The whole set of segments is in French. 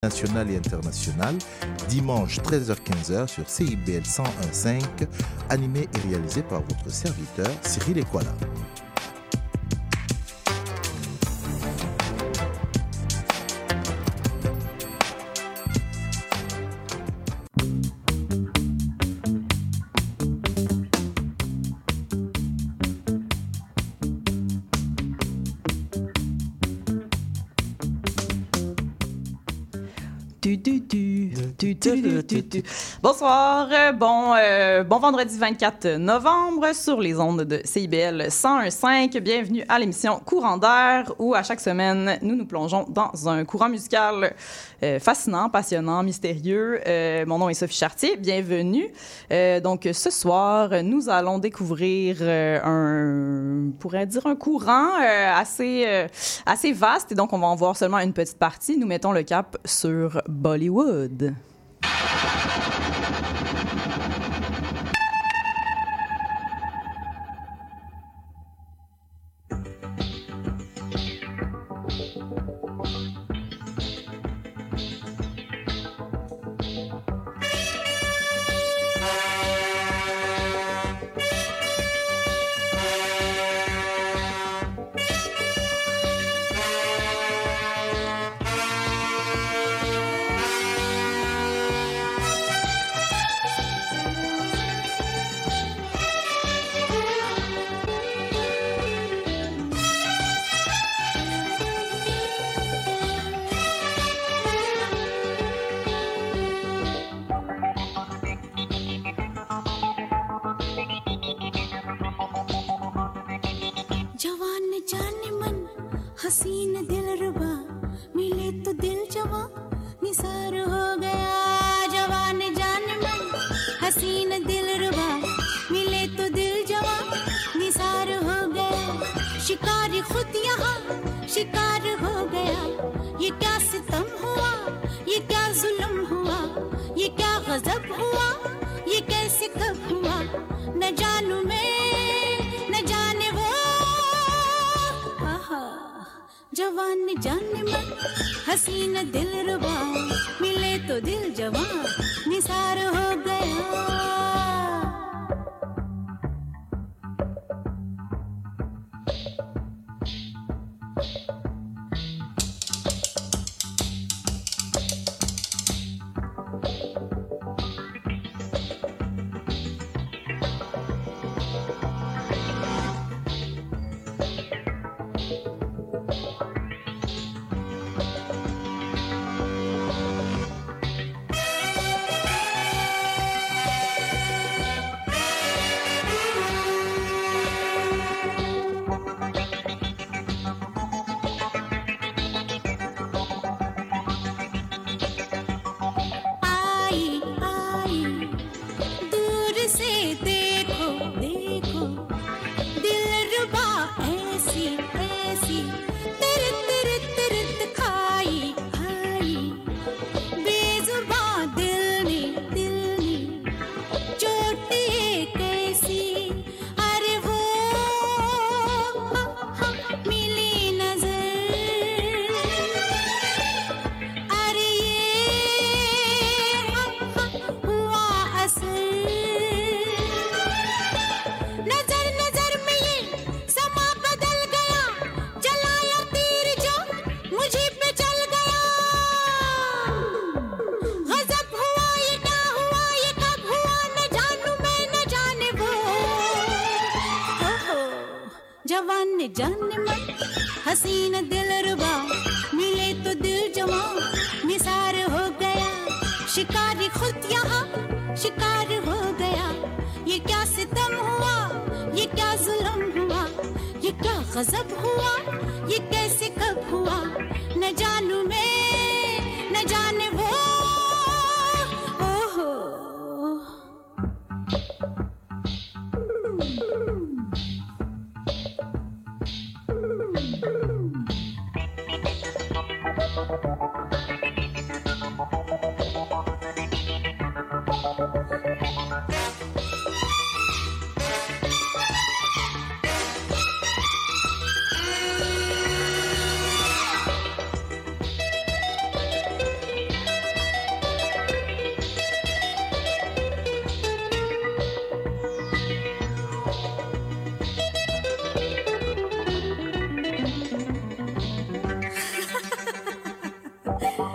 nationales et internationales, dimanche 13h-15h sur CIBL 101.5, animé et réalisé par votre serviteur Cyril Ekwala. Bonsoir, bon vendredi 24 novembre sur les ondes de CIBL 101.5. Bienvenue à l'émission Courant d'air où à chaque semaine, nous nous plongeons dans un courant musical fascinant, passionnant, mystérieux. Mon nom est Sophie Chartier, bienvenue. Donc ce soir, nous allons découvrir on pourrait dire un courant assez vaste et donc on va en voir seulement une petite partie. Nous mettons le cap sur Bollywood.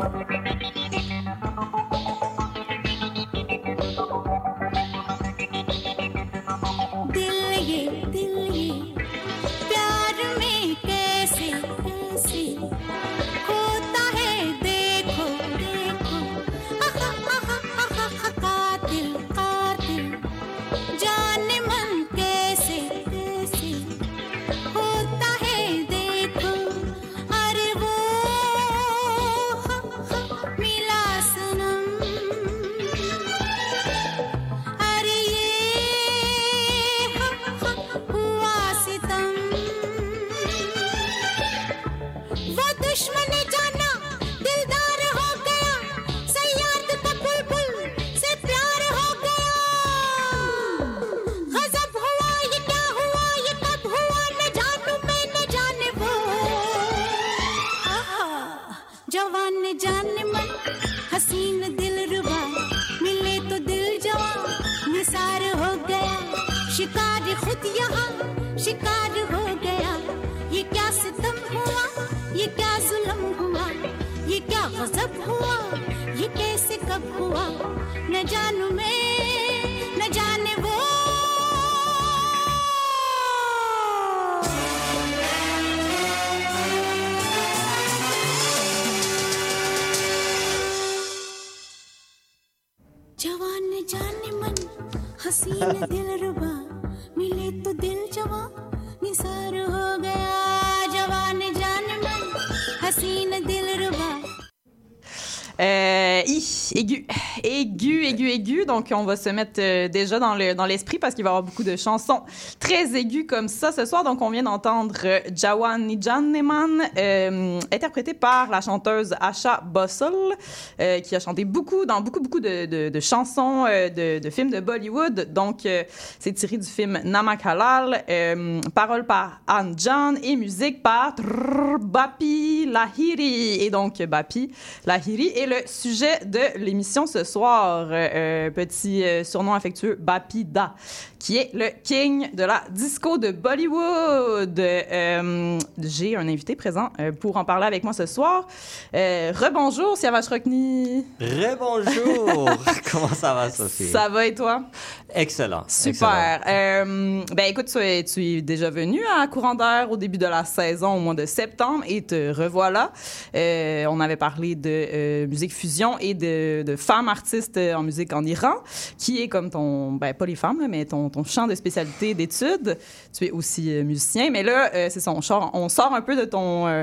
Aigu. Donc, on va se mettre déjà dans l'esprit parce qu'il va y avoir beaucoup de chansons très aiguës comme ça ce soir. Donc, on vient d'entendre Jawani Janeman, interprétée par la chanteuse Asha Bossel, qui a chanté dans beaucoup de chansons de films de Bollywood. Donc, c'est tiré du film Namak Halal, paroles par Anne John et musique par Bapi Lahiri. Et donc, Bapi Lahiri est le sujet de l'émission ce soir. Petit surnom affectueux, Bapi Da, qui est le king de la disco de Bollywood. J'ai un invité présent pour en parler avec moi ce soir. Rebonjour, Siavash Rockney. Rebonjour. Comment ça va, Sophie? Ça va et toi? Excellent. Super. Écoute, tu es déjà venu à Courant d'Air au début de la saison, au mois de septembre, et te revoilà. On avait parlé de musique fusion et de femmes artistes en musique en Iran, qui est comme ton, pas les femmes, mais ton champ de spécialité d'études. Tu es aussi musicien, mais là, c'est ça, on sort un peu de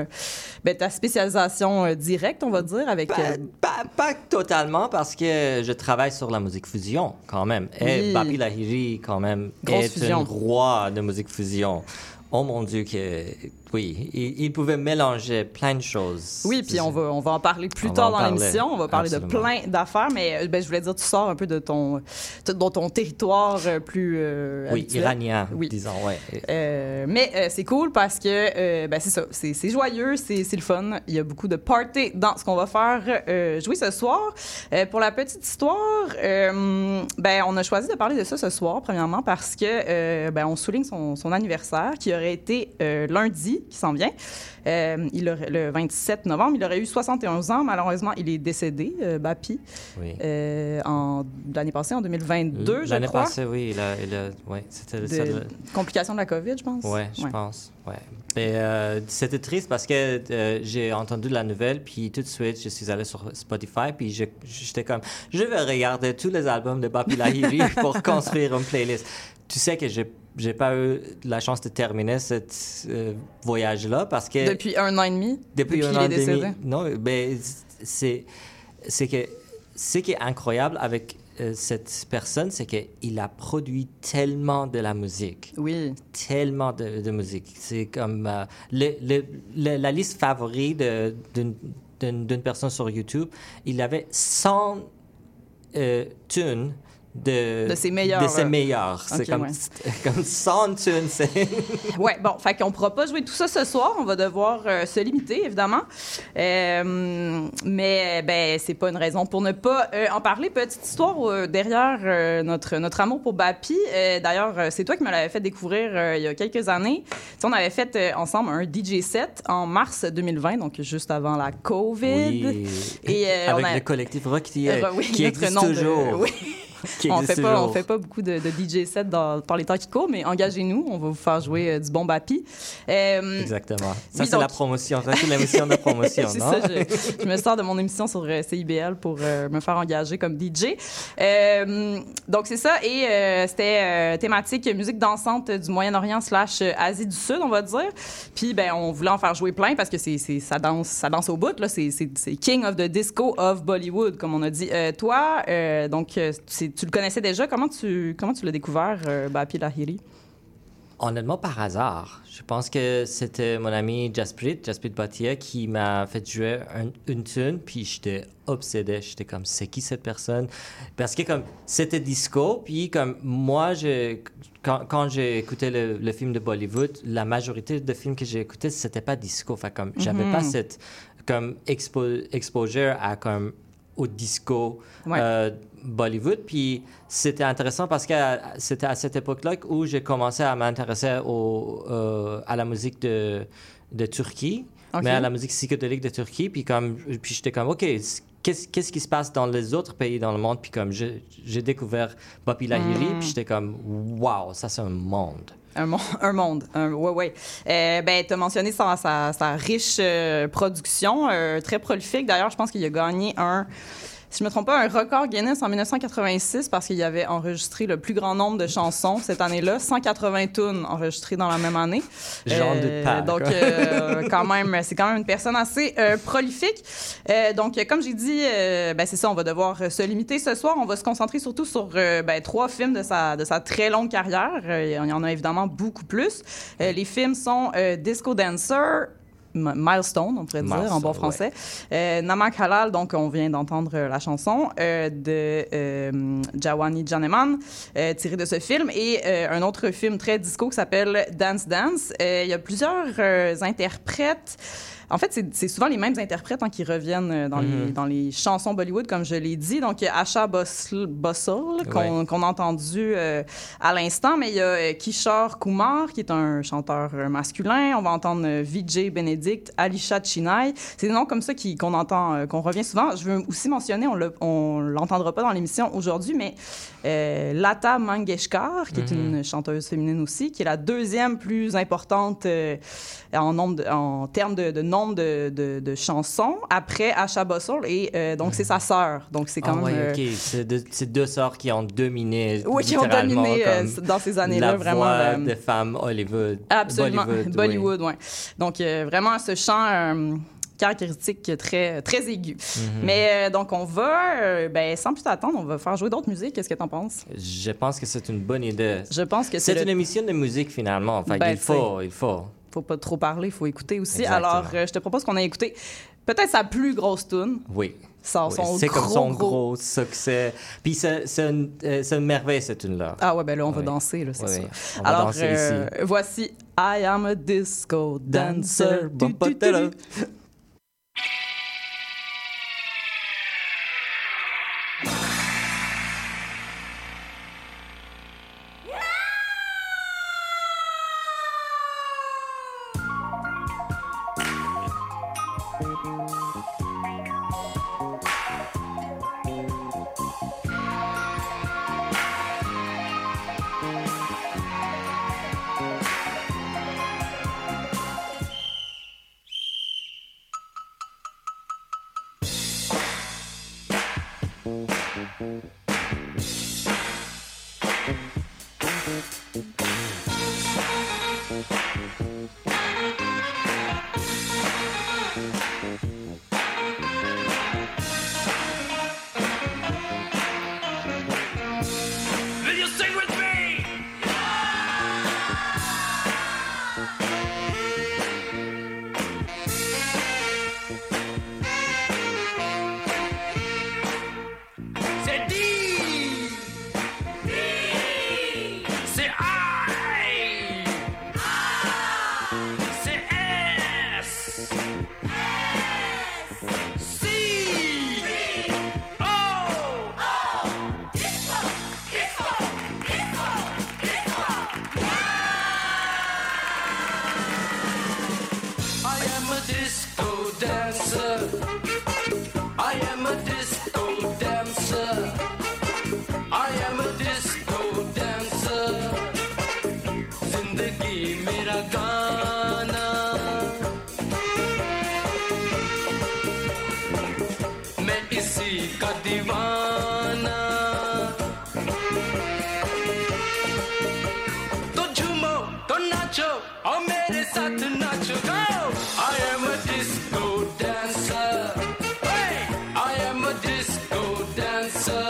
ta spécialisation directe, on va dire, avec... Pas totalement, parce que je travaille sur la musique fusion, quand même. Et Oui. Bapi Lahiri, quand même, Grosse est fusion. un roi de musique fusion. Oh mon Dieu, oui, il pouvait mélanger plein de choses. Oui, puis on va en parler plus tard dans l'émission. On va parler Absolument. de plein d'affaires, mais je voulais dire, tu sors un peu de ton territoire plus Oui, habituel. iranien, Oui. disons, ouais. Mais c'est cool parce que, c'est ça, c'est joyeux, c'est le fun. Il y a beaucoup de party dans ce qu'on va faire jouer ce soir. Pour la petite histoire, on a choisi de parler de ça ce soir, premièrement, parce que on souligne son anniversaire, qui aurait été lundi, qui s'en vient. Le 27 novembre, il aurait eu 71 ans. Malheureusement, il est décédé, Bapi, Oui. l'année passée, en 2022, je crois. L'année passée, oui. C'était Complications de la COVID, je pense. Oui, je pense. Ouais. Mais c'était triste parce que j'ai entendu la nouvelle, puis tout de suite, je suis allé sur Spotify, puis j'étais comme, je vais regarder tous les albums de Bapi Lahiri pour construire une playlist. Tu sais que j'ai pas eu la chance de terminer ce voyage-là parce que... Depuis 1 an et demi? Depuis un il an est et demi. décédé? Non, mais c'est que ce qui est incroyable avec cette personne, c'est qu'il a produit tellement de la musique. Oui. Tellement de musique. C'est comme la liste favorite d'une personne sur YouTube. Il avait 100 tunes de ses meilleurs. De ses meilleurs. C'est Okay, comme 100 tunes. Ouais, bon, fait qu'on pourra pas jouer tout ça ce soir. On va devoir se limiter, évidemment. Mais, ben, c'est pas une raison pour ne pas en parler. Petite histoire derrière notre amour pour Bapi. D'ailleurs, c'est toi qui me l'avais fait découvrir il y a quelques années. T'sais, on avait fait ensemble un DJ set en mars 2020, donc juste avant la COVID. Oui. Et, avec le collectif Rock qui existe notre nom toujours. Oui. On fait pas beaucoup de DJ sets par les temps qui courent, mais engagez-nous, on va vous faire jouer du bon Bapi. Exactement. Ça, oui, c'est la promotion. Ça, c'est l'émission de promotion, c'est non? Ça, je me sors de mon émission sur CIBL pour me faire engager comme DJ. Donc, c'est ça. Et c'était thématique musique dansante du Moyen-Orient / Asie du Sud, on va dire. Puis, ben, on voulait en faire jouer plein parce que ça danse au bout. Là. C'est King of the Disco of Bollywood, comme on a dit. Toi, donc, tu le connaissais déjà. Comment tu l'as découvert, Bapi Lahiri? Honnêtement, par hasard. Je pense que c'était mon ami Jasprit Bhatia qui m'a fait jouer une tune, puis j'étais obsédé. J'étais comme, c'est qui cette personne? Parce que comme c'était disco, puis comme moi, quand j'ai écouté le film de Bollywood, la majorité des films que j'ai écoutés, c'était pas disco. Fait comme, j'avais pas cette comme exposure à comme au disco Bollywood. Puis c'était intéressant parce que c'était à cette époque-là où j'ai commencé à m'intéresser à la musique de Turquie, mais à la musique psychédélique de Turquie. Puis j'étais comme, OK, qu'est-ce qui se passe dans les autres pays dans le monde? Puis comme j'ai découvert Bapi Lahiri, puis j'étais comme, wow, ça c'est un monde. Un monde. Ouais. Ben, tu as mentionné sa riche production, très prolifique. D'ailleurs, je pense qu'il a gagné si je ne me trompe pas, un record Guinness en 1986 parce qu'il avait enregistré le plus grand nombre de chansons cette année-là, 180 tunes enregistrées dans la même année. J'en doute pas. Donc, c'est quand même une personne assez prolifique. Donc, comme j'ai dit, ben, c'est ça, on va devoir se limiter ce soir. On va se concentrer surtout sur 3 films de sa très longue carrière. Il y en a évidemment beaucoup plus. Les films sont Disco Dancer, Milestone, on pourrait dire en bon français. Ouais. Namak Halal, donc on vient d'entendre la chanson de Jawani Janeman, tirée de ce film, et un autre film très disco qui s'appelle Dance Dance. Il y a plusieurs interprètes. En fait, c'est souvent les mêmes interprètes qui reviennent dans les chansons Bollywood, comme je l'ai dit. Donc, il y a Asha Bhosle qu'on a entendu à l'instant, mais il y a Kishore Kumar, qui est un chanteur masculin. On va entendre Vijay Benedict, Alisha Chinay. C'est des noms comme ça qu'on entend, qu'on revient souvent. Je veux aussi mentionner, on l'entendra pas dans l'émission aujourd'hui, mais Lata Mangeshkar, qui est une chanteuse féminine aussi, qui est la deuxième plus importante en termes de nombre de chansons après Asha Bhosle, et donc c'est sa sœur. Donc c'est quand même... OK. C'est deux sœurs qui ont dominé, oui, qui ont dominé dans ces années-là, vraiment. La voix des femmes Hollywood. Absolument. Bollywood, oui. Donc vraiment ce chant... caractéristique très, très aiguë. Mais donc, on va, sans plus attendre, on va faire jouer d'autres musiques. Qu'est-ce que tu en penses? Je pense que c'est une bonne idée. Je pense que c'est une émission de musique, finalement. Enfin, il faut pas trop parler, il faut écouter aussi. Exactement. Alors, je te propose qu'on ait écouté peut-être sa plus grosse tune. Oui. C'est comme son gros succès. Puis c'est une merveille, cette tune-là. Ah ouais, ben là, on va danser, là, c'est sûr. On va danser ici. Voici I Am a Disco Dancer. am a disco dancer. I am a disco dancer. Zindagi mera gaana. Main isi ka deewana. To jhumo, to nacho, aur mere saath nacho. Go! I am a disco dancer. Hey! I am a disco dancer.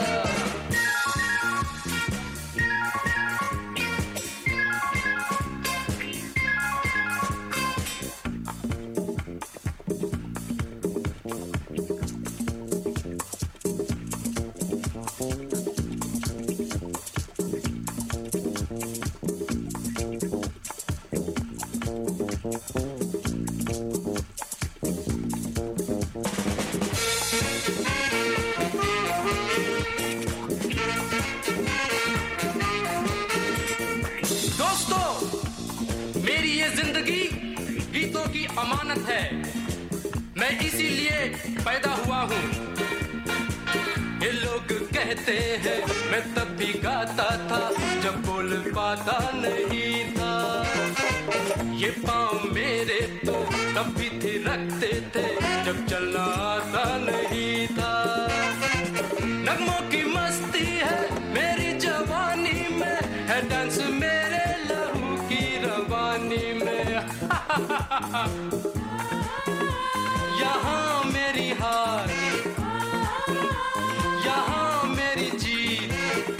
दोस्तों, मेरी ये जिंदगी गीतों की अमानत है. मैं इसीलिए पैदा हुआ हूँ. ये लोग कहते हैं मैं तब भी गाता था जब बोल पाता नहीं था. ये पाँव मेरे तो तब भी थिरकते थे जब चलना आता नहीं था. नगमों की मस्ती है मेरी जवानी में, है डांस मेरे लहू की रवानी में. यहाँ मेरी हार, यहाँ मेरी जीत,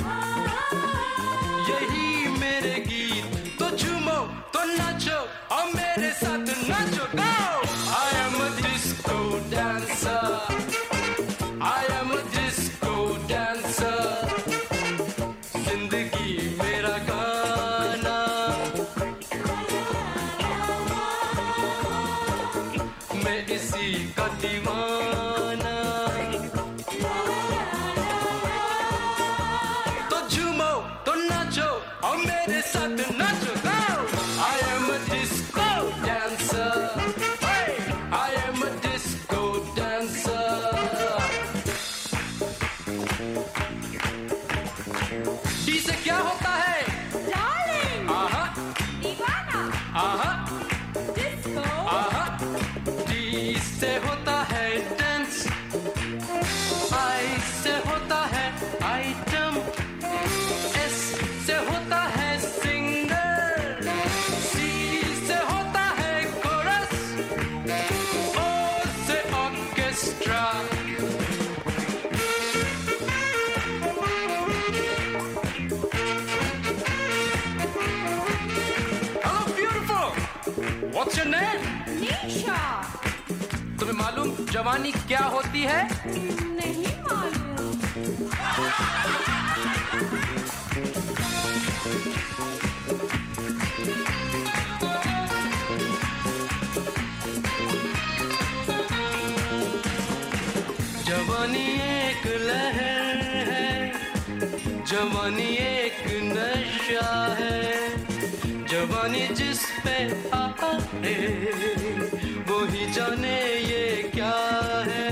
यही मेरे गीत. तो झूमो, तो नाचो और मेरे साथ नाचो. Go! I am a disco dancer. I am a disco dancer. जिंदगी मेरा गाना. मैं इसी का दीवाना. तो झूमो, तो नाचो और मेरे साथ नाचो. Go! I am a disco dancer. Hey! I am a disco dancer. डी से क्या होता है? Darling, आहा, दीवाना, आहा, disco, आहा. डी से होता है डांस. आई से होता है आइटम. एस से होता है सिंगर. सी से होता है कोरस. ओ से ऑर्केस्ट्रा. Hello, beautiful. What's your name? Nisha, तुम्हें मालूम जवानी क्या होती है? नहीं मालूम. जवानी एक लहर है, जवानी एक नशा है. जवानी जिस पे आए वो ही जाने ये क्या है.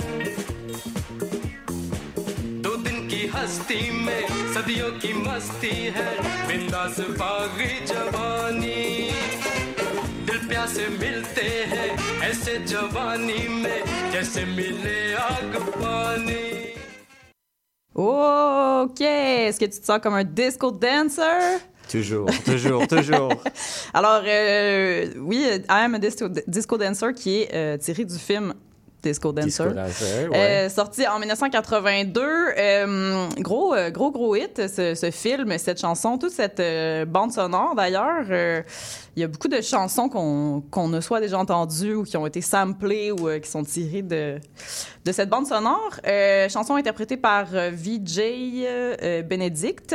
2 दिन की हस्ती में सदियों की मस्ती है. बिंदास बागी जवानी. दिल प्यासे मिलते हैं ऐसे जवानी में जैसे मिले आग पानी. OK! Est-ce que tu te sens comme un disco dancer? Toujours, toujours, toujours. Alors, oui, I am a disco dancer qui est tiré du film Disco Dancer. Disco Dancer, ouais. Sorti en 1982. Gros hit, ce film, cette chanson, toute cette bande sonore d'ailleurs. Il y a beaucoup de chansons qu'on a soit déjà entendues ou qui ont été samplées ou qui sont tirées de cette bande sonore. Chanson interprétée par Vijay Benedict.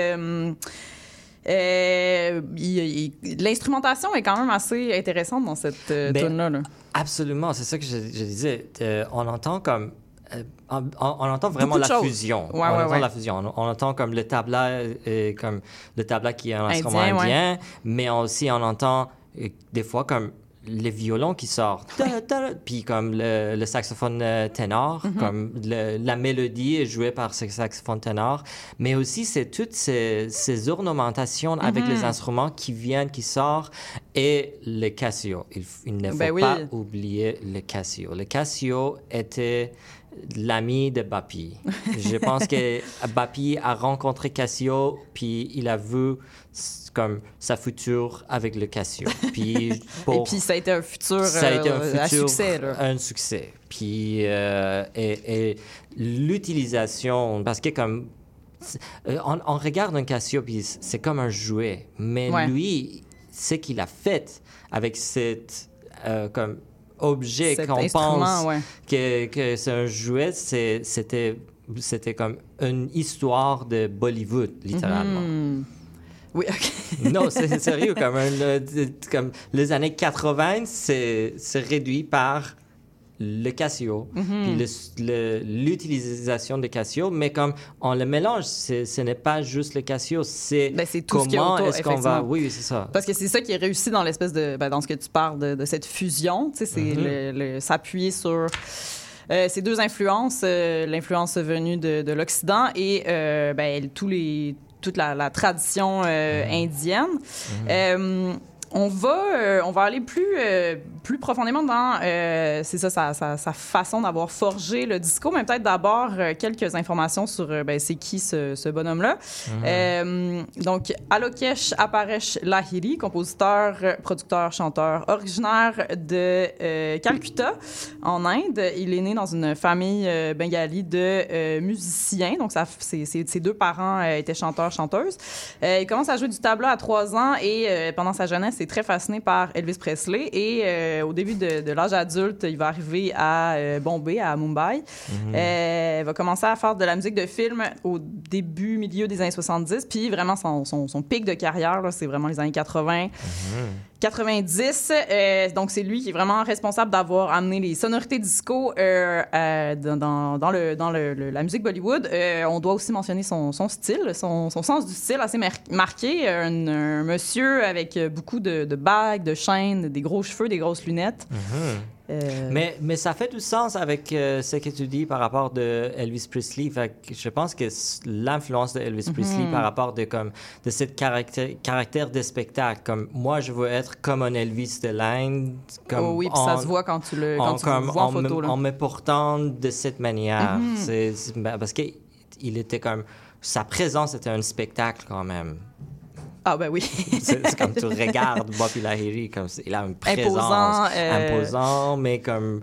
L'instrumentation est quand même assez intéressante dans cette tune-là. Là. Absolument, c'est ça que je disais. On entend comme... on entend vraiment Beaucoup de la choses. fusion. Ouais, on ouais, entend ouais. la fusion. On entend comme le tabla qui est un instrument Indien, indien, mais aussi on entend des fois comme les violons qui sortent, puis comme le saxophone ténor, comme la mélodie est jouée par ce saxophone ténor, mais aussi c'est toutes ces ornementations avec les instruments qui sortent, et le Casio. Il ne faut pas oublier le Casio. Le Casio était l'ami de Bapi. Je pense que Bapi a rencontré Casio, puis il a vu comme sa future avec le Casio. Puis et puis ça a été un futur, à succès. Là. Un succès. Puis et l'utilisation, parce que comme on regarde un Casio, puis c'est comme un jouet, mais lui, ce qu'il a fait avec cette comme objet qu'on pense que c'est un jouet, c'était comme une histoire de Bollywood, littéralement. Oui, OK. Non, c'est sérieux. Comme les années 80, c'est réduit par le Casio, puis l'utilisation de Casio, mais comme on le mélange, ce n'est pas juste le Casio, c'est tout comment est-ce qu'on va... Oui, c'est ça. Parce que c'est ça qui est réussi dans l'espèce de... dans ce que tu parles de cette fusion, tu sais, c'est s'appuyer sur... ces deux influences, l'influence venue de l'Occident et toute la tradition indienne. On va aller plus profondément dans c'est ça sa façon d'avoir forgé le disco, mais peut-être d'abord quelques informations sur c'est qui ce bonhomme-là. Donc Alokesh Aparesh Lahiri, compositeur, producteur, chanteur, originaire de Calcutta en Inde. Il est né dans une famille bengali de musiciens, donc ses deux parents étaient chanteurs-chanteuses. Il commence à jouer du tabla à 3 ans et pendant sa jeunesse, est très fasciné par Elvis Presley et au début de l'âge adulte, il va arriver à Bombay, à Mumbai. Il va commencer à faire de la musique de film au milieu des années 70, puis vraiment son pic de carrière, là, c'est vraiment les années 80. 90, donc c'est lui qui est vraiment responsable d'avoir amené les sonorités disco dans la musique Bollywood. On doit aussi mentionner son style, son sens du style assez marqué. Un monsieur avec beaucoup de bagues, de chaînes, des gros cheveux, des grosses lunettes. Mais ça fait du sens avec ce que tu dis par rapport de Elvis Presley. Fait que je pense que l'influence de Elvis Presley par rapport de ce caractère de spectacle, comme moi je veux être comme un Elvis de l'Inde. Oui, puis ça se voit quand tu le vois en photo. En me portant de cette manière. Parce que il était comme... Sa présence était un spectacle quand même. Ah ben oui. c'est comme tu regardes Bapi Lahiri, comme il a une présence imposant, mais comme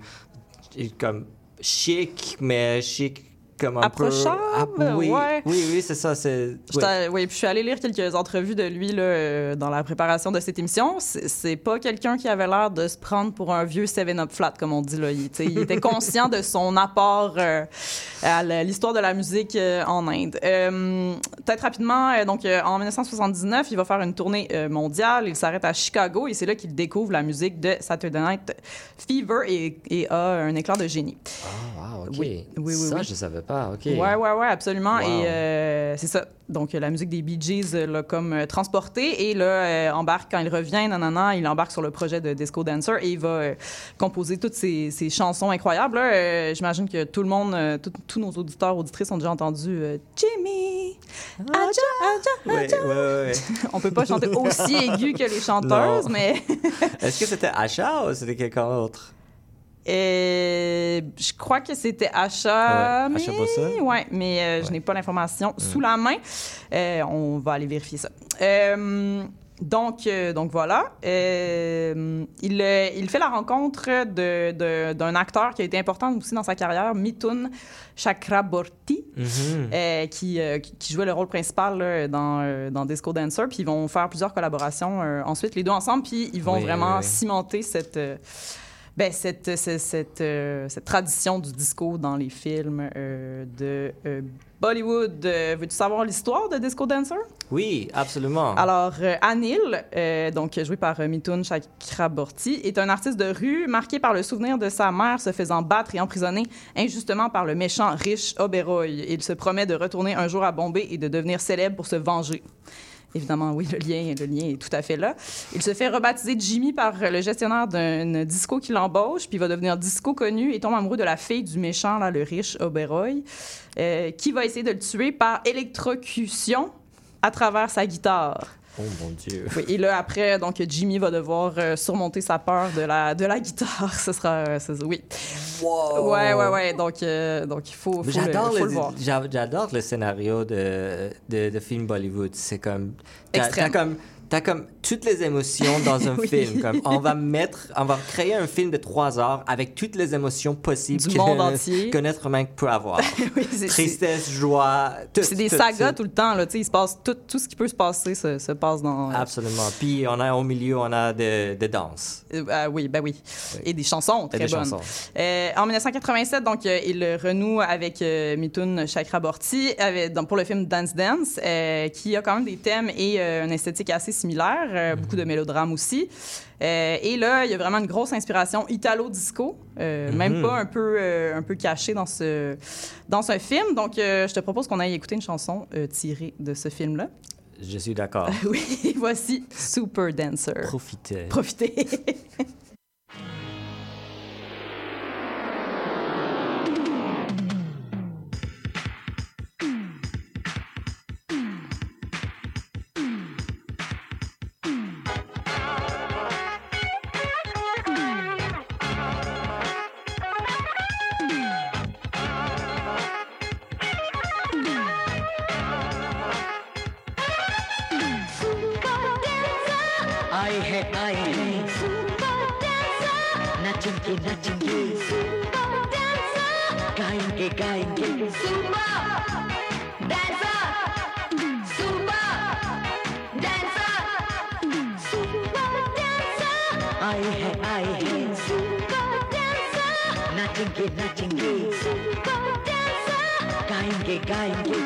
chic, mais chic comme un approchable, peu... Oui, ouais. oui, c'est ça. Oui, puis je suis allée lire quelques entrevues de lui là, dans la préparation de cette émission. C'est pas quelqu'un qui avait l'air de se prendre pour un vieux 7-Up flat, comme on dit. Là. Il était conscient de son apport à l'histoire de la musique en Inde. Peut-être rapidement, donc en 1979, il va faire une tournée mondiale. Il s'arrête à Chicago et c'est là qu'il découvre la musique de Saturday Night Fever et a un éclat de génie. Ah, wow, OK. Oui, ça, je savais pas, OK. Ouais, absolument. Wow. Et c'est ça. Donc, la musique des Bee Gees l'a comme transporté. Et là, embarque, quand il revient, il embarque sur le projet de Disco Dancer et il va composer toutes ces chansons incroyables. Là, j'imagine que tout le monde, tous nos auditeurs, auditrices ont déjà entendu Jimmy, Aja, Aja. Oui. On peut pas chanter aussi aigu que les chanteuses, mais... Est-ce que c'était Asha ou c'était quelqu'un d'autre? Je crois que c'était Asha, mais je n'ai pas l'information sous la main. On va aller vérifier ça. Donc voilà. Il fait la rencontre d'un acteur qui a été important aussi dans sa carrière, Mithun Chakraborty, qui jouait le rôle principal là, dans Disco Dancer. Puis ils vont faire plusieurs collaborations ensuite, les deux ensemble. Puis ils vont vraiment cimenter cette tradition du disco dans les films de Bollywood. Veux-tu savoir l'histoire de Disco Dancer? Oui, absolument. Alors, Anil, donc joué par Mithun Chakraborty, est un artiste de rue marqué par le souvenir de sa mère se faisant battre et emprisonner injustement par le méchant riche Oberoi. Il se promet de retourner un jour à Bombay et de devenir célèbre pour se venger. Évidemment, oui, le lien est tout à fait là. Il se fait rebaptiser Jimmy par le gestionnaire d'un disco qui l'embauche, puis il va devenir disco connu et tombe amoureux de la fille du méchant, là, le riche Oberoi, qui va essayer de le tuer par électrocution à travers sa guitare. Oh mon Dieu. Oui, et là, après, donc, Jimmy va devoir surmonter sa peur de la guitare. Ce sera... oui. Wow. Ouais. Donc, il faut le voir. J'adore le scénario de films Bollywood. C'est comme... Extrême. T'as comme toutes les émotions dans un Oui. film. Comme on va créer un film de 3 heures avec toutes les émotions possibles Du monde entier. qu'un être humain peut avoir. Oui, Tristesse, joie, tout. C'est des sagas tout le temps, là. Tu sais, il se passe tout ce qui peut se passer se passe dans... Absolument. Puis au milieu, on a des danses. Oui. Et des chansons très Et des bonnes. chansons. En 1987, donc, il renoue avec Mithun Chakraborty pour le film Dance Dance, qui a quand même des thèmes et une esthétique assez similaire, beaucoup de mélodrames aussi. Et là, il y a vraiment une grosse inspiration italo-disco, même pas un peu cachée dans ce film. Donc, je te propose qu'on aille écouter une chanson tirée de ce film-là. Je suis d'accord. Oui, voici Super Dancer. Profitez. आए हैं नचेंगे गाएंगे आए हैं नचेंगे गाएंगे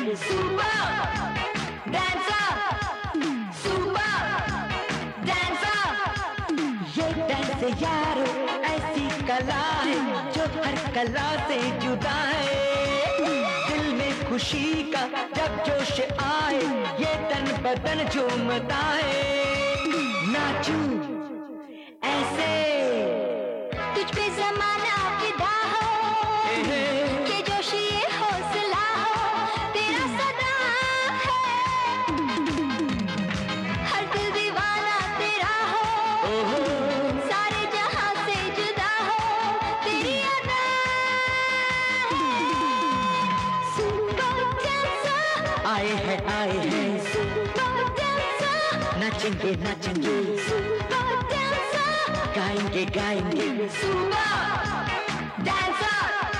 डांस यारो ऐसी कला है जो हर कला से जुदा है दिल में खुशी का जब जोश आए ये तन बदन झूमता है नाचूं ऐसे तुझ पे ज़माना फिदा हो के जोश ये हौसला हो तेरा सदा है हर दिल दीवाना तेरा हो सारे जहां से जुदा हो तेरी अदा सुपर डांसर आए हैं सुपर डांसर नचेंगे सुपर डांसर गाएंगे सुपर डांसर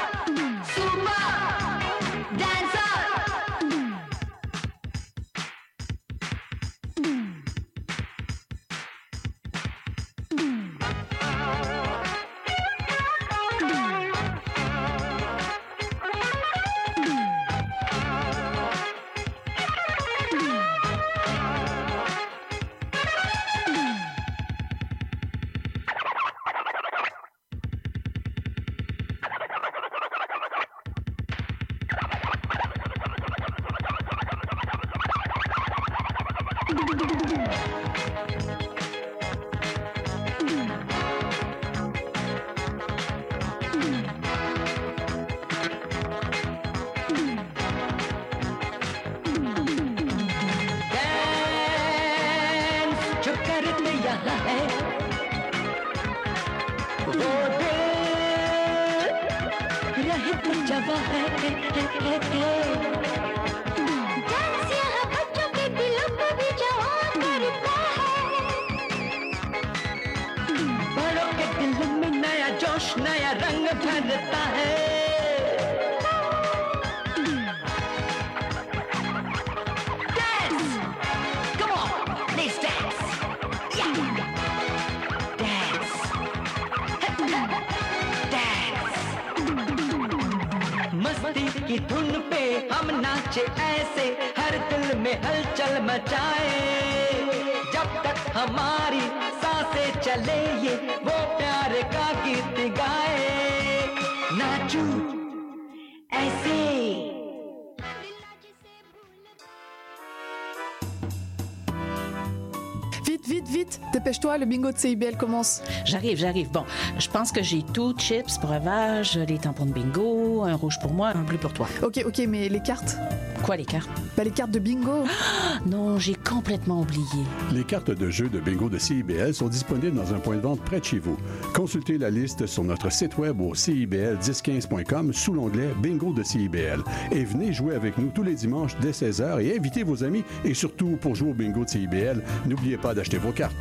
जो करते यहाँ है वो दिल रहित जवा है डांस यहाँ बच्चों के दिलों को भी जवान करता है बड़ों के दिल में नया जोश नया रंग भरता है Dance! Come on, let's dance! Yeah! Dance! Dance! मस्ती की धुन पे हम नाचे ऐसे हर दिल में हलचल मचाए जब तक हमारी सांसें चले ये वो प्यार का गीत गाए नाचू ऐसे Vite, dépêche-toi, le bingo de CIBL commence. J'arrive. Bon, je pense que j'ai tout, chips, breuvage, les tampons de bingo, un rouge pour moi, un bleu pour toi. Ok, mais les cartes? Quoi, les cartes? Les cartes de bingo. Non, j'ai complètement oublié. Les cartes de jeu de bingo de CIBL sont disponibles dans un point de vente près de chez vous. Consultez la liste sur notre site web au cibl1015.com sous l'onglet Bingo de CIBL. Et venez jouer avec nous tous les dimanches dès 16h et invitez vos amis. Et surtout, pour jouer au bingo de CIBL, n'oubliez pas d'acheter vos cartes.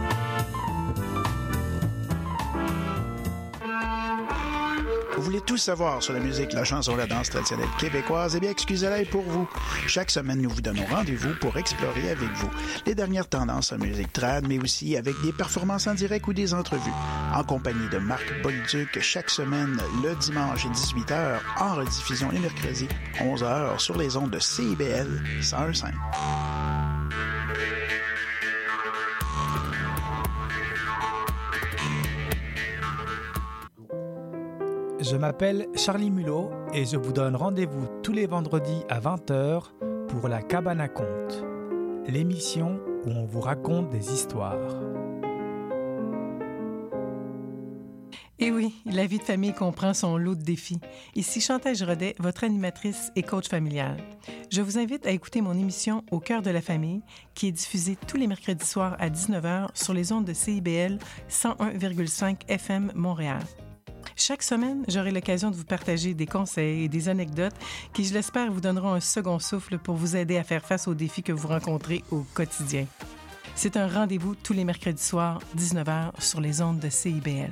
Vous voulez tout savoir sur la musique, la chanson, la danse traditionnelle québécoise? Eh bien, excusez-la pour vous. Chaque semaine, nous vous donnons rendez-vous pour explorer avec vous les dernières tendances en musique trad, mais aussi avec des performances en direct ou des entrevues. En compagnie de Marc Bolduc, chaque semaine, le dimanche à 18h, en rediffusion les mercredis, 11h, sur les ondes de CIBL 101.5. Je m'appelle Charlie Mulot et je vous donne rendez-vous tous les vendredis à 20h pour La Cabane à Contes, l'émission où on vous raconte des histoires. Et oui, la vie de famille comprend son lot de défis. Ici Chantal Giraudet, votre animatrice et coach familial. Je vous invite à écouter mon émission Au cœur de la famille, qui est diffusée tous les mercredis soirs à 19h sur les ondes de CIBL 101,5 FM Montréal. Chaque semaine, j'aurai l'occasion de vous partager des conseils et des anecdotes qui, je l'espère, vous donneront un second souffle pour vous aider à faire face aux défis que vous rencontrez au quotidien. C'est un rendez-vous tous les mercredis soirs, 19h, sur les ondes de CIBL.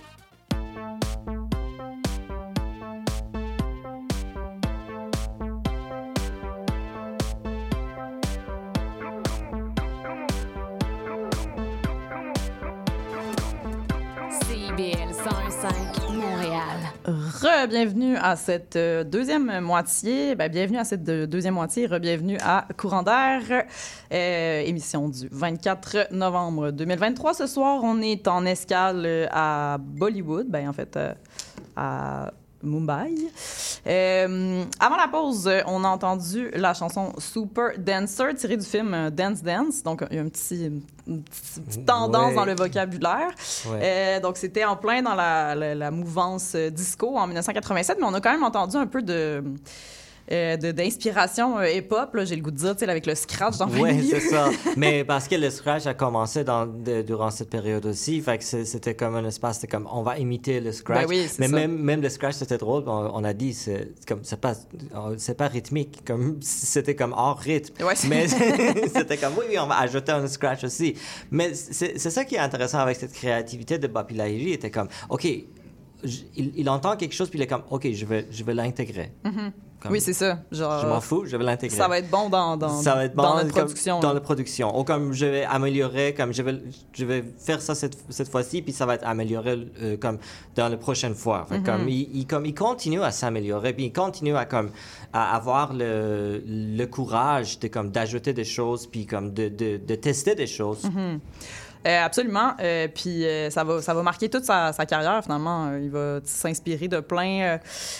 CIBL 101.5 Montréal. Re-bienvenue à cette deuxième moitié. Bienvenue à cette deuxième moitié. Re-bienvenue à Courant d'air, émission du 24 novembre 2023. Ce soir, on est en escale à Bollywood, à Mumbai. Avant la pause, on a entendu la chanson Super Dancer tirée du film Dance Dance. Donc, il y a une petite tendance dans le vocabulaire. Ouais. Donc, c'était en plein dans la mouvance disco en 1987, mais on a quand même entendu un peu d'inspiration hip-hop, j'ai le goût de dire, avec le scratch dans le milieu. Oui, c'est ça. Mais parce que le scratch a commencé durant cette période aussi, fait que c'était comme un espace, c'était comme, on va imiter le scratch. Oui, mais même le scratch, c'était drôle, on a dit, c'est pas rythmique, comme c'était comme hors rythme. Ouais, mais c'était comme, oui, on va ajouter un scratch aussi. Mais c'est ça qui est intéressant avec cette créativité de Bappi Lahiri, était comme, OK, il entend quelque chose, puis il est comme, OK, je vais l'intégrer. Mm-hmm. Oui, c'est ça. Genre, je m'en fous, je vais l'intégrer. Ça va être bon dans notre production. Dans la production. Ou comme je vais améliorer, comme je vais faire ça cette fois-ci, puis ça va être amélioré comme dans la prochaine fois. Fait, il continue à s'améliorer, puis il continue à avoir le courage d'ajouter des choses, puis comme de tester des choses. Mm-hmm. Absolument. Puis ça va marquer toute sa carrière, finalement. Il va s'inspirer de plein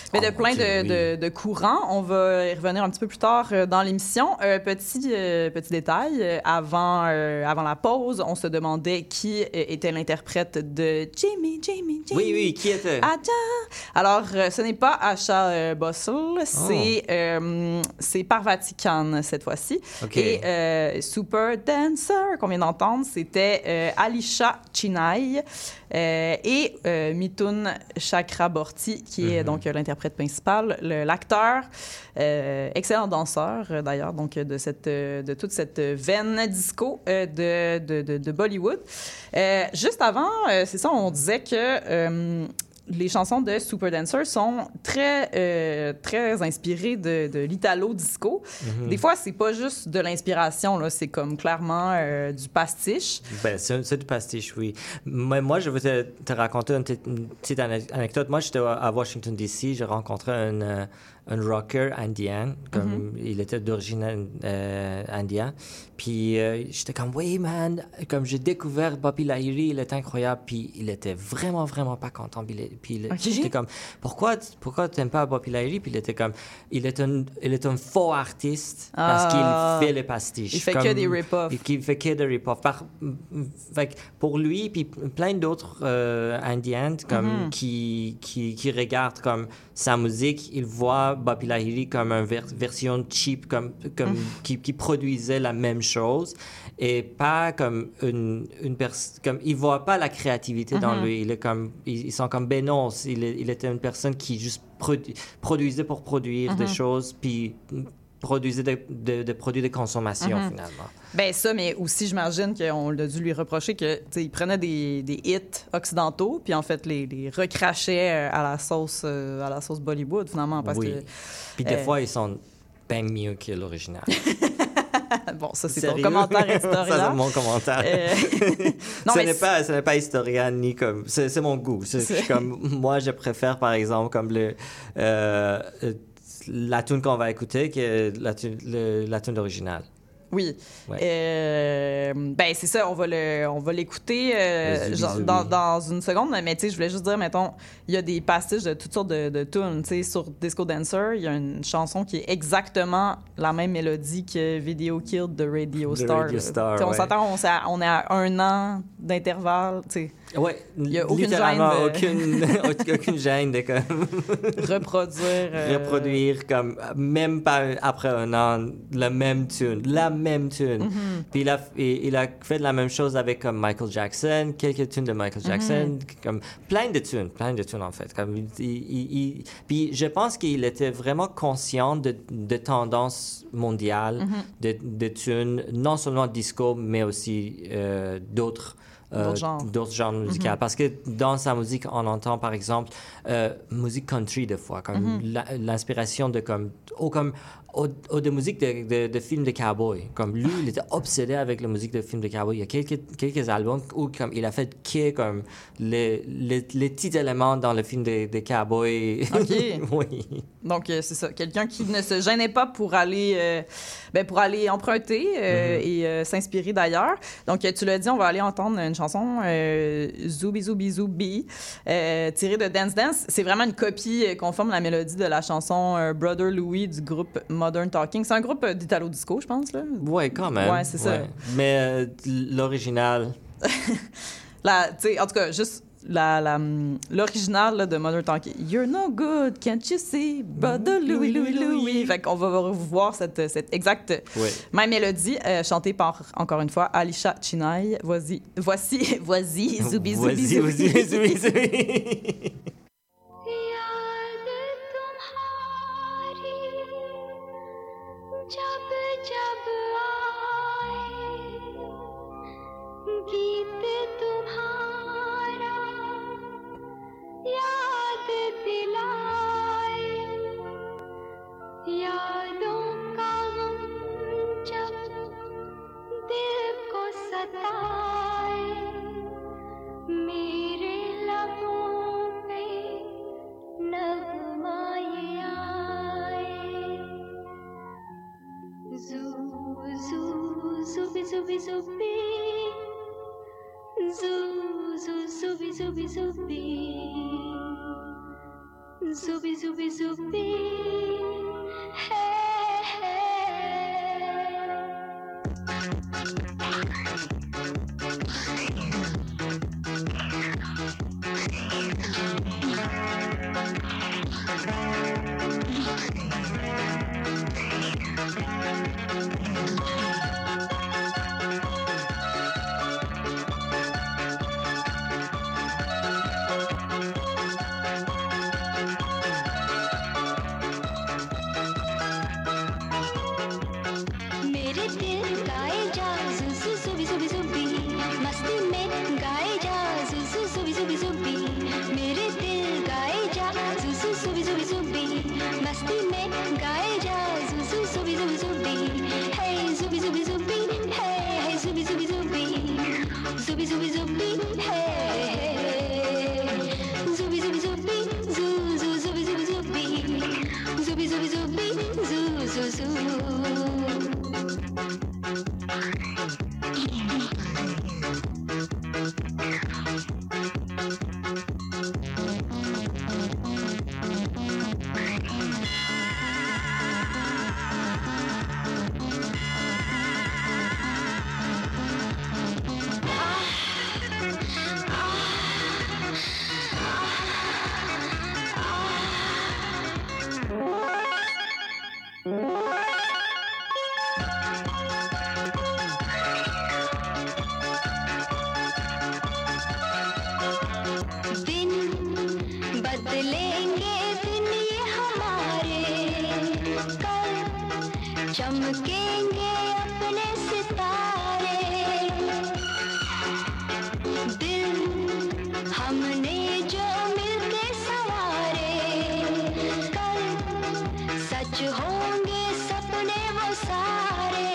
de courants. On va y revenir un petit peu plus tard dans l'émission. Petit détail, avant la pause, on se demandait qui était l'interprète de Jimmy. Oui, qui était? Alors, ce n'est pas Asha Bosle, c'est Parvati Khan cette fois-ci. Okay. Et Super Dancer, qu'on vient d'entendre, c'était Alisha Chinay et Mithun Chakraborty, qui est donc l'interprète principal, l'acteur, excellent danseur d'ailleurs, donc de toute cette veine disco de Bollywood. Juste avant, c'est ça, on disait que les chansons de Super Dancer sont très inspirées de l'italo disco. Mm-hmm. Des fois, c'est pas juste de l'inspiration, là, c'est comme clairement du pastiche. C'est du pastiche, oui. Mais moi, je vais te raconter une petite anecdote. Moi, j'étais à Washington, D.C., j'ai rencontré un rocker indien, comme il était d'origine indienne. Puis j'étais comme, oui, man, comme j'ai découvert Bobby Lahiri, il est incroyable. Puis il était vraiment, vraiment pas content. Puis j'étais comme, pourquoi t'aimes pas Bobby Lahiri? Puis il était comme, il est un faux artiste parce qu'il fait les pastiches. Il fait que des rip-offs. Il fait que des rip-offs. Fait que pour lui, puis plein d'autres Indiennes comme, qui regardent comme sa musique, ils voient Bobby Lahiri comme une version cheap, comme qui produisait la même chose et pas comme une personne, comme ils voient pas la créativité dans lui. Il est comme, ils sont comme, ben non, il était une personne qui juste produisait pour produire des choses, puis produisait des produits de consommation finalement. Ben ça, mais aussi j'imagine qu'on a dû lui reprocher que il prenait des hits occidentaux puis en fait les recrachait à la sauce Bollywood finalement parce que puis des fois ils sont bien mieux que l'original. Bon, ça c'est ton commentaire éditorial. Ça c'est mon commentaire. Non, ce n'est pas historien ni comme c'est mon goût. C'est comme moi je préfère par exemple comme la tune qu'on va écouter que la tune originale. Oui. Ouais. Ben, c'est ça, on va l'écouter dans une seconde, mais tu sais, je voulais juste dire, mettons, il y a des pastiches de toutes sortes de tunes, tu sais, sur Disco Dancer, il y a une chanson qui est exactement la même mélodie que Video Killed de Radio Star. On s'attend, on est à 1 an d'intervalle, tu sais. Oui, il n'y a aucune gêne de comme reproduire comme même pas après 1 an la même tune. Puis il a fait la même chose avec comme Michael Jackson, quelques tunes de Michael Jackson, comme plein de tunes en fait. Comme puis je pense qu'il était vraiment conscient de tendances mondiales de tunes, non seulement disco mais aussi d'autres genres musicaux. Parce que dans sa musique, on entend, par exemple, musique country, des fois, comme l'inspiration de de musique de films de cowboy. Comme lui, il était obsédé avec la musique de films de cowboy. Il y a quelques albums où comme, il a fait comme les petits éléments dans le film de cowboy. OK. Oui. Donc, c'est ça. Quelqu'un qui ne se gênait pas pour aller emprunter et s'inspirer d'ailleurs. Donc, tu l'as dit, on va aller entendre une chanson Zooby Zooby Zooby tirée de Dance Dance. C'est vraiment une copie conforme à la mélodie de la chanson Brother Louie du groupe Modern Talking. C'est un groupe d'Italo Disco, je pense, là? Oui, quand même. Oui, c'est ça. Mais l'original... En tout cas, juste l'original là, de Modern Talking. You're no good, can't you see? Brother Louie, Louie, Louie. Fait qu'on va revoir cette exacte même mélodie chantée par, encore une fois, Alisha Chinay. Voici Zooby Zooby Zooby. जब जब आए गीत तुम्हारा याद दिलाए यादों का गम जब दिल को सताए मेरे लबों पे नगमाए Zooby zooby zooby Zooby zooby zooby Zooby zooby zooby Hey मेरे दिल गाए जा Zooby zooby zooby zou, zou. दिन बदलेंगे दिन ये हमारे कल चमकेंगे अपने सितारे दिल हमने जो मिलके सवारे कल सच होंगे सपने वो सारे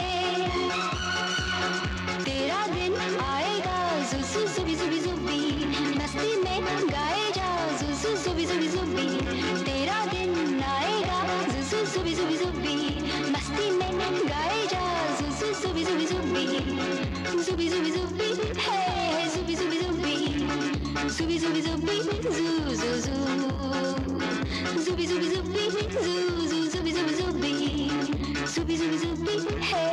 तेरा दिन आएगा जुजू जुबी जुबी जुबी मस्ती में गाए जा जुजू जुबी जुबी जुबी तेरा दिन आएगा जुजू जुबी जुबी जुबी मस्ती में गाए जा जुजू जुबी जुबी जुबी जुबी जुबी जुबी है जुबी जुबी जुबी जुबी जुबी जुबी जू जू जू जुबी जुबी जुबी जू जू जुबी जुबी जुबी जुबी जुबी जुबी है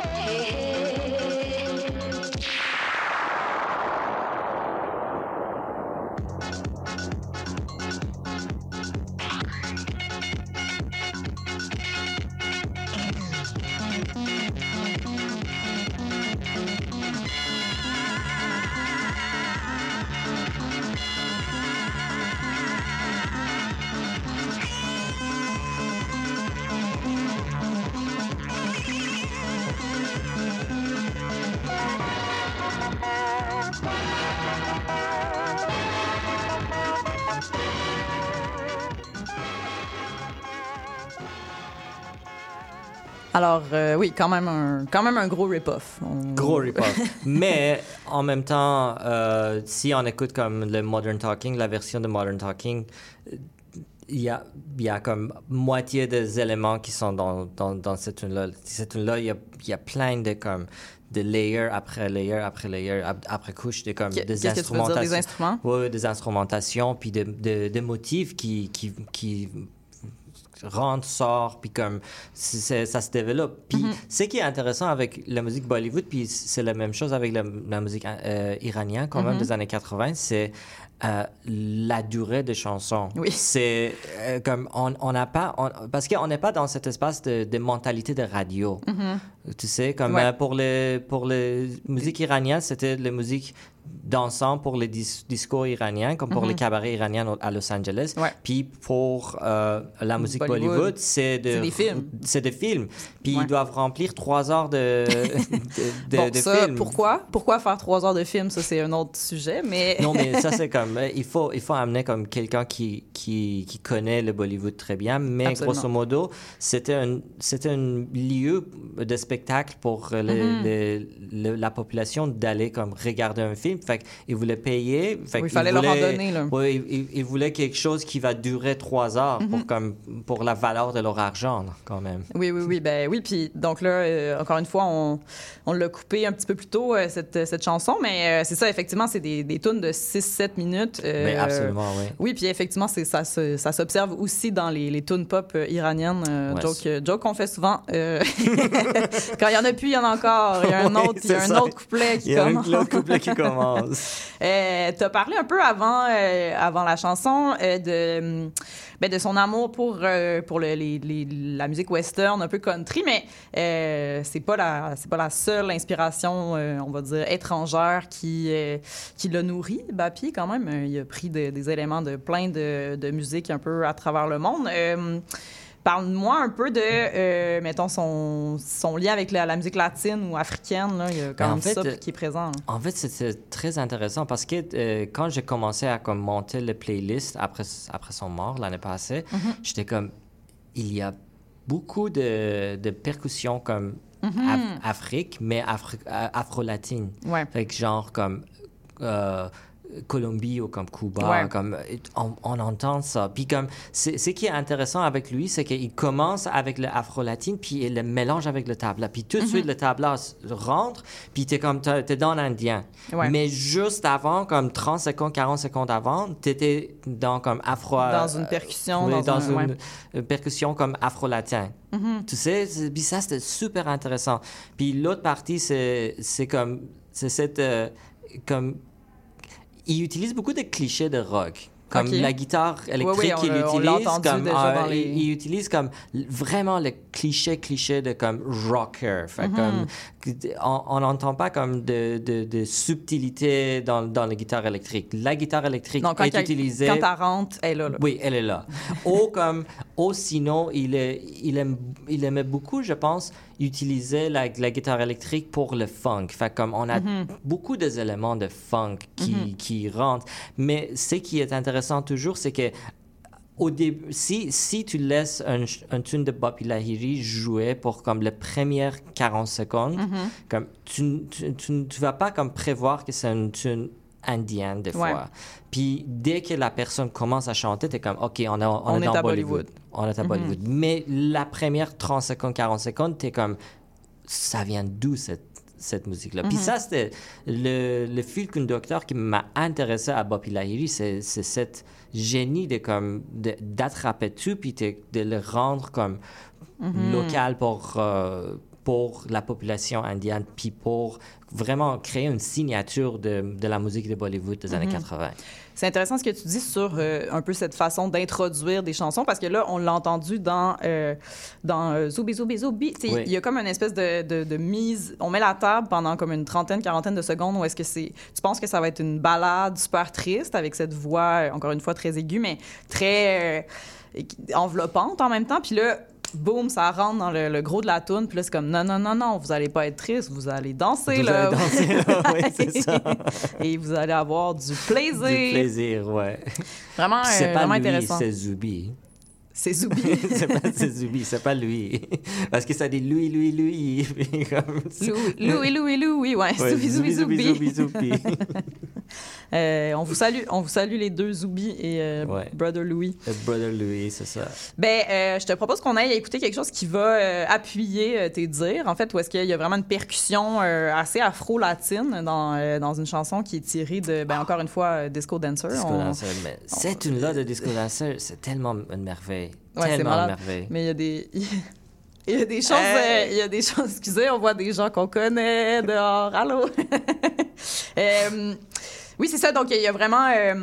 Alors, oui, quand même un gros rip-off. Gros rip-off. Mais en même temps, si on écoute comme le Modern Talking, la version de Modern Talking, il y a comme moitié des éléments qui sont dans cette tune-là. Cette tune-là, il y a plein de comme de layers après layer après layer après couche des comme des instrumentations. Des instruments? Oui, des instrumentations puis des motifs qui rentre, sort, puis comme ça se développe. Puis ce qui est intéressant avec la musique Bollywood, puis c'est la même chose avec la musique iranienne quand même des années 80, c'est la durée des chansons. Oui. C'est comme on n'a pas... parce qu'on n'est pas dans cet espace de mentalité de radio. Tu sais, comme pour les musiques iraniennes, c'était la musique dansant pour les discours iraniens, comme pour les cabarets iraniens à Los Angeles. Puis pour la musique Bollywood, c'est des films. C'est des films. Puis ils doivent remplir 3 heures de films. Pourquoi faire 3 heures de film? Ça, c'est un autre sujet, mais... Non, mais ça, c'est comme... Il faut amener comme quelqu'un qui connaît le Bollywood très bien, mais Absolument. grosso modo, c'était un lieu de spectacle pour la population d'aller comme regarder un film. Fait qu'ils voulaient payer. Fait il fallait leur en donner. Là. Oui, ils voulaient quelque chose qui va durer 3 heures pour la valeur de leur argent, quand même. Oui. Ben oui, puis donc là, encore une fois, on l'a coupé un petit peu plus tôt, cette chanson, mais c'est ça, effectivement, c'est des tunes de 6-7 minutes. Mais absolument, oui. Oui, puis effectivement, ça s'observe aussi dans les tunes pop iraniennes. Joke qu'on fait souvent. Quand il y en a plus, il y en a encore. Il y a un autre couplet qui commence. Il y a un autre couplet qui commence. T'as parlé un peu avant la chanson de son amour pour la musique western, un peu country, mais c'est pas la seule inspiration, on va dire, étrangère qui l'a nourri. Bapi, quand même, il a pris des éléments de plein de musique un peu à travers le monde. Parle-moi un peu de, mettons, son lien avec la musique latine ou africaine. Là. Il y a quand même ça qui est présent. En fait, c'est très intéressant parce que quand j'ai commencé à comme, monter le playlist après son mort l'année passée, j'étais comme, il y a beaucoup de percussions comme Afrique, mais afro-latine. Ouais. Fait que genre comme... Colombie ou comme Cuba, Ouais. comme on entend ça. Puis comme ce qui est intéressant avec lui, c'est qu'il commence avec le afro-latine, puis il le mélange avec le tabla. Puis tout de suite, le tabla rentre, puis t'es dans l'indien. Ouais. Mais juste avant, comme 30 secondes, 40 secondes avant, t'étais dans comme afro... Dans une percussion. oui, dans ouais. une percussion comme afro-latin. Tu sais, puis ça, c'était super intéressant. Puis l'autre partie, c'est cette... comme... Il utilise beaucoup de clichés de rock. Comme la guitare électrique qu'il utilise, comme, il utilise comme vraiment le cliché de comme rocker. Fait comme, on n'entend pas comme de subtilité dans la guitare électrique. La guitare électrique est utilisée... Quand elle rentre, elle est là. Oui, elle est là. Sinon, il aimait beaucoup, je pense, utiliser la guitare électrique pour le funk. Fait comme on a beaucoup des éléments de funk qui rentrent. Mais ce qui est intéressant toujours, c'est que au début, si tu laisses un tune de Bobby Lahiri jouer pour comme les premières 40 secondes, comme tu vas pas comme prévoir que c'est une tune indienne des fois. Puis dès que la personne commence à chanter, t'es comme OK, on est dans Bollywood. On est à Bollywood. Mais la première 30 secondes, 40 secondes, t'es comme ça vient d'où cette musique-là. Puis ça, c'était le fil conducteur qui m'a intéressé à Bobby Lahiri, c'est cette génie d'attraper tout puis de le rendre comme local pour la population indienne, puis pour vraiment créer une signature de la musique de Bollywood des années 80. C'est intéressant ce que tu dis sur un peu cette façon d'introduire des chansons, parce que là, on l'a entendu dans Zoubi, Zoubi, Zoubi. Oui. Il y a comme une espèce de mise... On met la table pendant comme une trentaine, quarantaine de secondes où est-ce que c'est... Tu penses que ça va être une ballade super triste avec cette voix, encore une fois, très aiguë, mais très enveloppante en même temps. Puis là, boum, ça rentre dans le gros de la toune. Puis là, c'est comme non, vous allez pas être triste, vous allez danser, là. Allez danser, là, oui, c'est ça. Et vous allez avoir du plaisir. Du plaisir, ouais. Vraiment, c'est pas vraiment lui, intéressant. c'est Zoubi. C'est Zoubi. c'est Zoubi, c'est pas lui. Parce que ça dit lui. Louis, ouais. Zoubi. On vous salue les deux Zoubi et Brother Louis. Brother Louis, c'est ça. Je te propose qu'on aille écouter quelque chose qui va appuyer tes dires. En fait, où est-ce qu'il y a vraiment une percussion assez afro-latine dans une chanson qui est tirée de, encore une fois, Disco Dancer. Mais cette tune-là de Disco Dancer, c'est tellement une merveille. Ouais, tellement une merveille. Mais il y a des... Il y a des choses, excusez, on voit des gens qu'on connaît dehors. Allô? Oui, c'est ça. Donc, il y a vraiment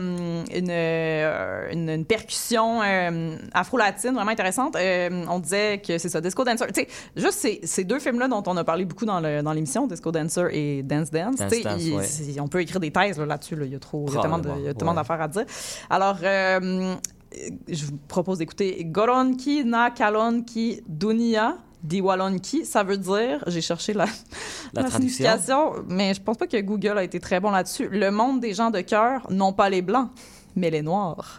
une percussion afro-latine vraiment intéressante. On disait que c'est ça, Disco Dancer. Tu sais, juste ces deux films-là dont on a parlé beaucoup dans l'émission, Disco Dancer et Dance Dance. On peut écrire des thèses là-dessus. Il y a tellement d'affaires à dire. Alors... je vous propose d'écouter Goronki na Kalonki Dunia Diwalonki. Ça veut dire, j'ai cherché la signification, mais je pense pas que Google a été très bon là-dessus. Le monde des gens de cœur, non pas les blancs, mais les noirs.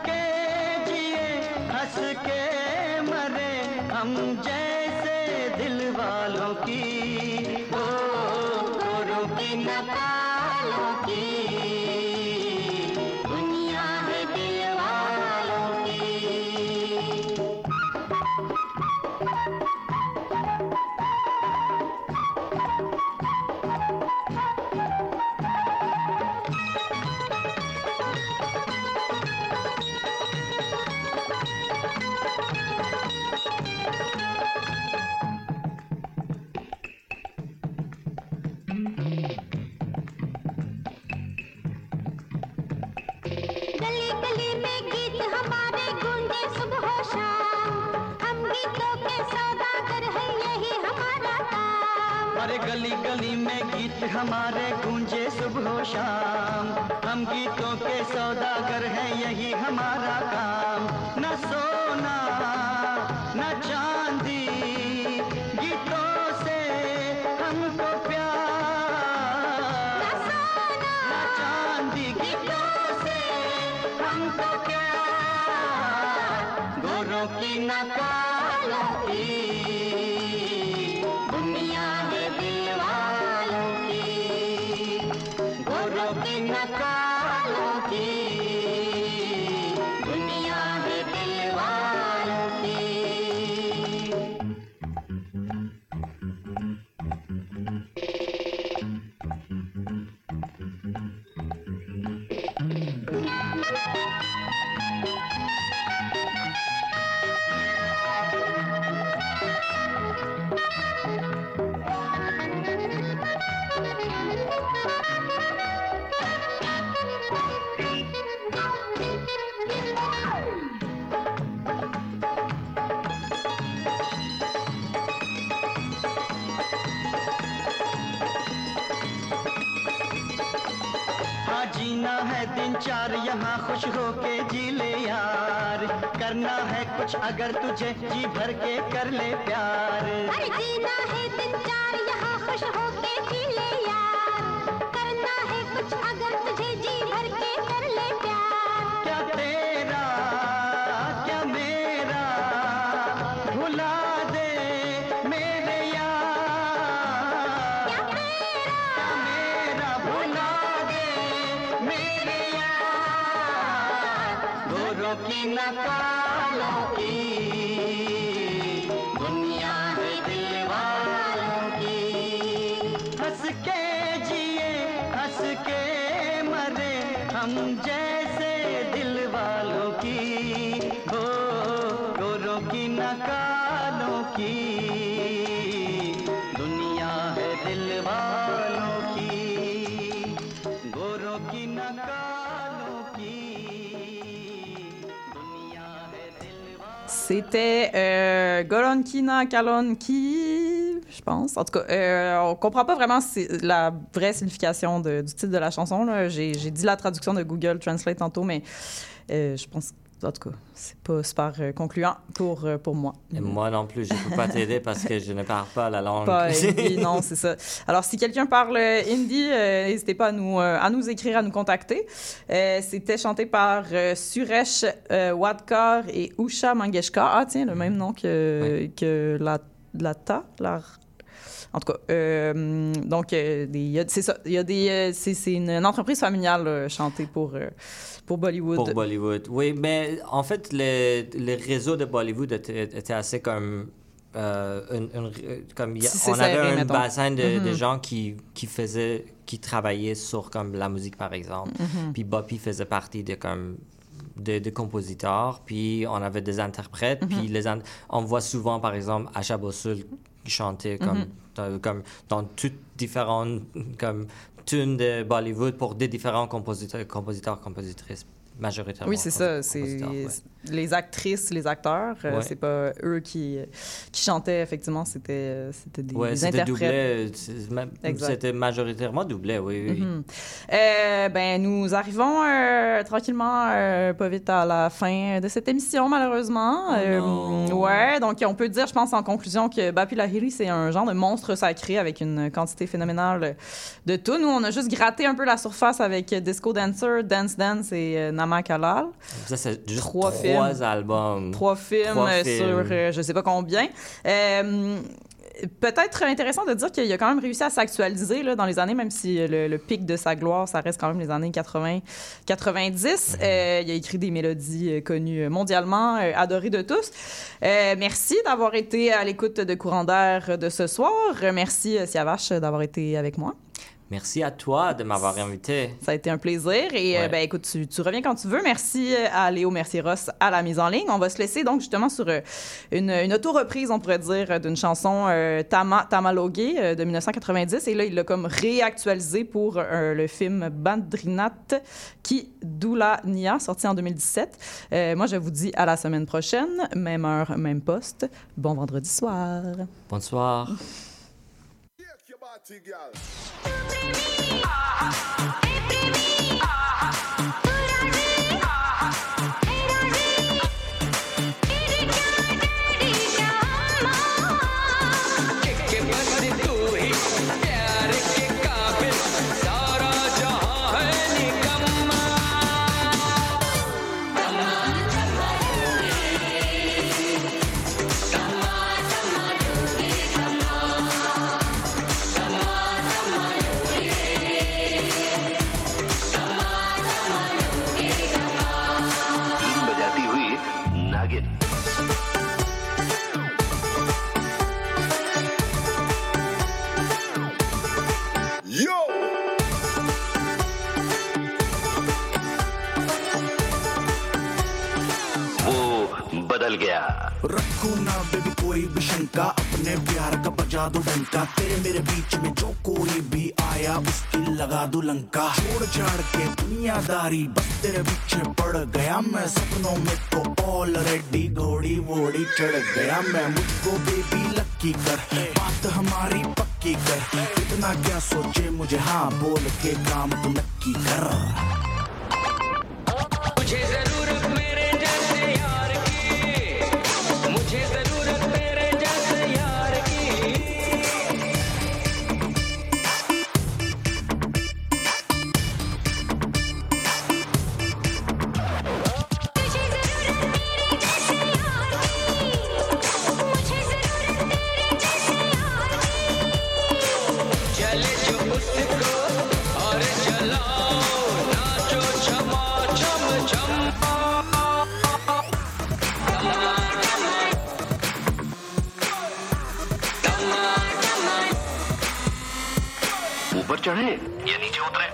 के जिए हंस के मरे हम जैसे दिल वालों की ओ गोरों की न कालों की दुनिया है दिल वालों की गली गली में गीत हमारे गूंजे सुबह शाम हम गीतों के सौदागर है यही हमारा काम अरे गली गली में गीत हमारे गूंजे सुबह शाम हम गीतों के सौदागर है यही हमारा काम न सोना न चांदी गीतों से हमको प्यार न सोना न चांदी गीतों से हमको प्यार गोरों की न कालों की दुनिया है दिल वालों की गोरों की न कालों की दुनिया है दिल वालों की हाँ जीना है दिन चार यहाँ खुश होके जी ले यार करना है कुछ अगर तुझे जी भर के कर ले प्यार अरे जीना है दिन चार यहाँ खुश होके जी ले यार करना है कुछ अगर तुझे जी भर के कर ले प्यार क्या तेरा क्या मेरा भुला दे मेरे यार क्या तेरा क्या मेरा भुला दे मेरे यार गोरों की न कालों की दुनिया है दिल वालों की हंस के जिए हंस के मरे हम जैसे दिल वालों की हो गोरों की न कालों की दुनिया है दिल वालों की गोरों की न कालों की दुनिया है दिल वालों C'était Golonkina Kalonki, je pense. En tout cas, on comprend pas vraiment la vraie signification du titre de la chanson. Là. J'ai dit la traduction de Google Translate tantôt, mais je pense en tout cas, c'est pas super concluant pour moi. Et moi non plus, je peux pas t'aider parce que je ne parle pas la langue. Pas hindi, non, c'est ça. Alors, si quelqu'un parle hindi, n'hésitez pas à nous écrire, à nous contacter. C'était chanté par Suresh Wadkar et Usha Mangeshkar. Ah, tiens, le même nom que Lata. En tout cas, donc, c'est ça. C'est une entreprise familiale chantée pour Bollywood. Pour Bollywood, oui. Mais en fait, le réseau de Bollywood était assez comme... on avait un bassin de gens qui travaillaient sur comme la musique, par exemple. Puis Bobby faisait partie de compositeurs. Puis on avait des interprètes. Puis on voit souvent, par exemple, Asha Bossul chanter comme dans toutes différentes tunes de Bollywood pour des différents compositeurs, compositrices, majoritairement. Oui, c'est ça. les actrices, les acteurs. C'est pas eux qui chantaient, effectivement, c'était des interprètes. C'était majoritairement doublé, oui. Nous arrivons tranquillement, pas vite à la fin de cette émission, malheureusement. Donc on peut dire, je pense, en conclusion, que Bapi Lahiri, c'est un genre de monstre sacré avec une quantité phénoménale de tout. Nous, on a juste gratté un peu la surface avec Disco Dancer, Dance Dance et Namak Halal. Ça, c'est juste 3 albums. 3 films sur je sais pas combien. Peut-être intéressant de dire qu'il a quand même réussi à s'actualiser là, dans les années, même si le pic de sa gloire, ça reste quand même les années 80-90. Il a écrit des mélodies connues mondialement, adorées de tous. Merci d'avoir été à l'écoute de Courant d'air de ce soir. Merci, Siavash, d'avoir été avec moi. Merci à toi de m'avoir invité. Ça a été un plaisir. Et écoute, tu reviens quand tu veux. Merci à Léo Mercier-Ross à la mise en ligne. On va se laisser donc justement sur une auto-reprise, on pourrait dire, d'une chanson Tamaloge de 1990. Et là, il l'a comme réactualisé pour le film Badrinath Ki Dulhania, sorti en 2017. Moi, je vous dis à la semaine prochaine. Même heure, même poste. Bon vendredi soir. Bonsoir. रखो ना बेबी कोई भी शंका अपने प्यार का बजा दो डंका तेरे मेरे बीच में जो कोई भी आया उसकी लगा दो लंका छोड़ छाड़ के दुनियादारी बस तेरे पीछे पड़ गया मैं सपनों में तो ऑलरेडी घोड़ी वोड़ी चढ़ गया मैं मुझको बेबी लक्की कर बात हमारी पक्की कर इतना क्या सोचे मुझे हाँ बोल के काम तो नक्की कर मुझे जरूरत मेरे जैसे यार की मुझे जरूरत मेरे जैसे यार की चले जो उसको और चलाओ नाचो छमा छम छम ऊपर चढ़े या नीचे उतरे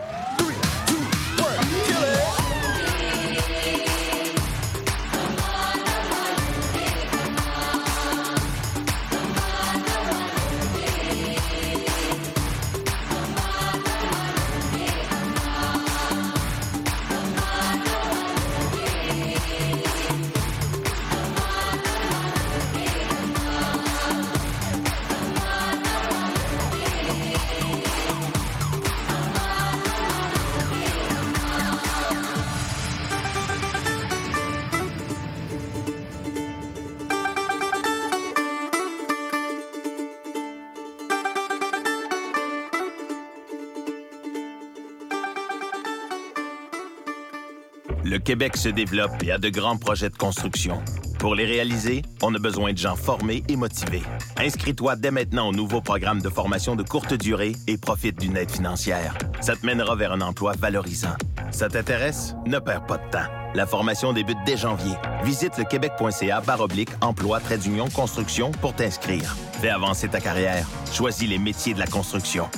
Le Québec se développe et a de grands projets de construction. Pour les réaliser, on a besoin de gens formés et motivés. Inscris-toi dès maintenant au nouveau programme de formation de courte durée et profite d'une aide financière. Ça te mènera vers un emploi valorisant. Ça t'intéresse? Ne perds pas de temps. La formation débute dès janvier. Visite le québec.ca/emploi-construction pour t'inscrire. Fais avancer ta carrière. Choisis les métiers de la construction.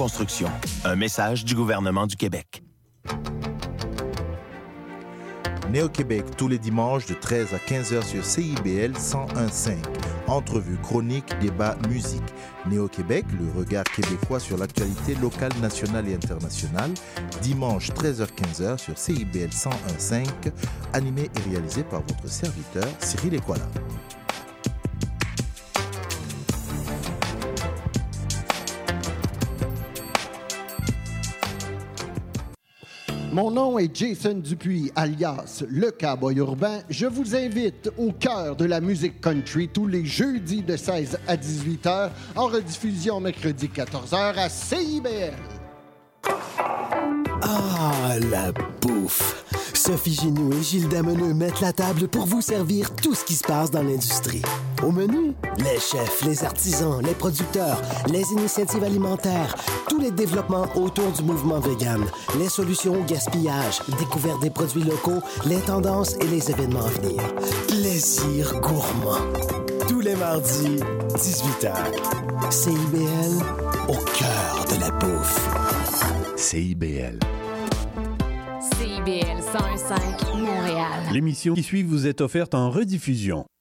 québec.ca/emploi-construction. Un message du gouvernement du Québec. Néo-Québec tous les dimanches de 13 à 15h sur CIBL 101.5. Entrevues, chroniques, débats, musique. Néo-Québec, le regard québécois sur l'actualité locale, nationale et internationale. Dimanche 13h-15h sur CIBL 101.5. Animé et réalisé par votre serviteur Cyril Ekwala. Mon nom est Jason Dupuis, alias Le Cowboy Urbain. Je vous invite au cœur de la musique country tous les jeudis de 16 à 18h, en rediffusion mercredi 14h à CIBL. Ah, la bouffe! Sophie Ginoux et Gilles Dameneux mettent la table pour vous servir tout ce qui se passe dans l'industrie. Au menu, les chefs, les artisans, les producteurs, les initiatives alimentaires, tous les développements autour du mouvement vegan, les solutions au gaspillage, découverte des produits locaux, les tendances et les événements à venir. Plaisir gourmand. Tous les mardis, 18h. CIBL, au cœur de la bouffe. CIBL. CIBL 101.5 Montréal. L'émission qui suit vous est offerte en rediffusion.